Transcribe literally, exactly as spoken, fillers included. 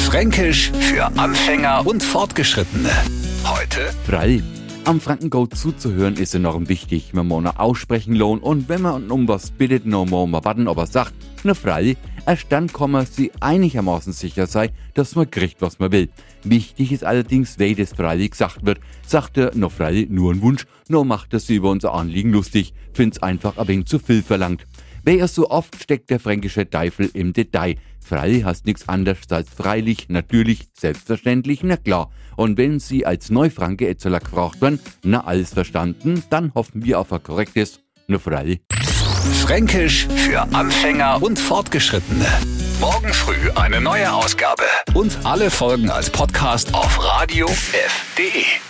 Fränkisch für Anfänger und Fortgeschrittene. Heute Frall. Am Frankengo zuzuhören ist enorm wichtig, wenn man noch aussprechen lohnt und wenn man um was bittet, noch mal mal warten, ob er sagt, na frall, erst dann kann man sich einigermaßen sicher sein, dass man kriegt, was man will. Wichtig ist allerdings, wie das freilich gesagt wird. Sagt er, na frall, nur ein Wunsch, nur macht er sich über unser Anliegen lustig, find's einfach ein wenig zu viel verlangt. Wer es so oft steckt der fränkische Teufel im Detail. Freilich heißt nichts anderes als freilich, natürlich, selbstverständlich, na klar. Und wenn Sie als Neufranke etzeler gefragt werden, na alles verstanden, dann hoffen wir auf ein korrektes, na freilich. Fränkisch für Anfänger und Fortgeschrittene. Morgen früh eine neue Ausgabe. Und alle Folgen als Podcast auf radio punkt f punkt de.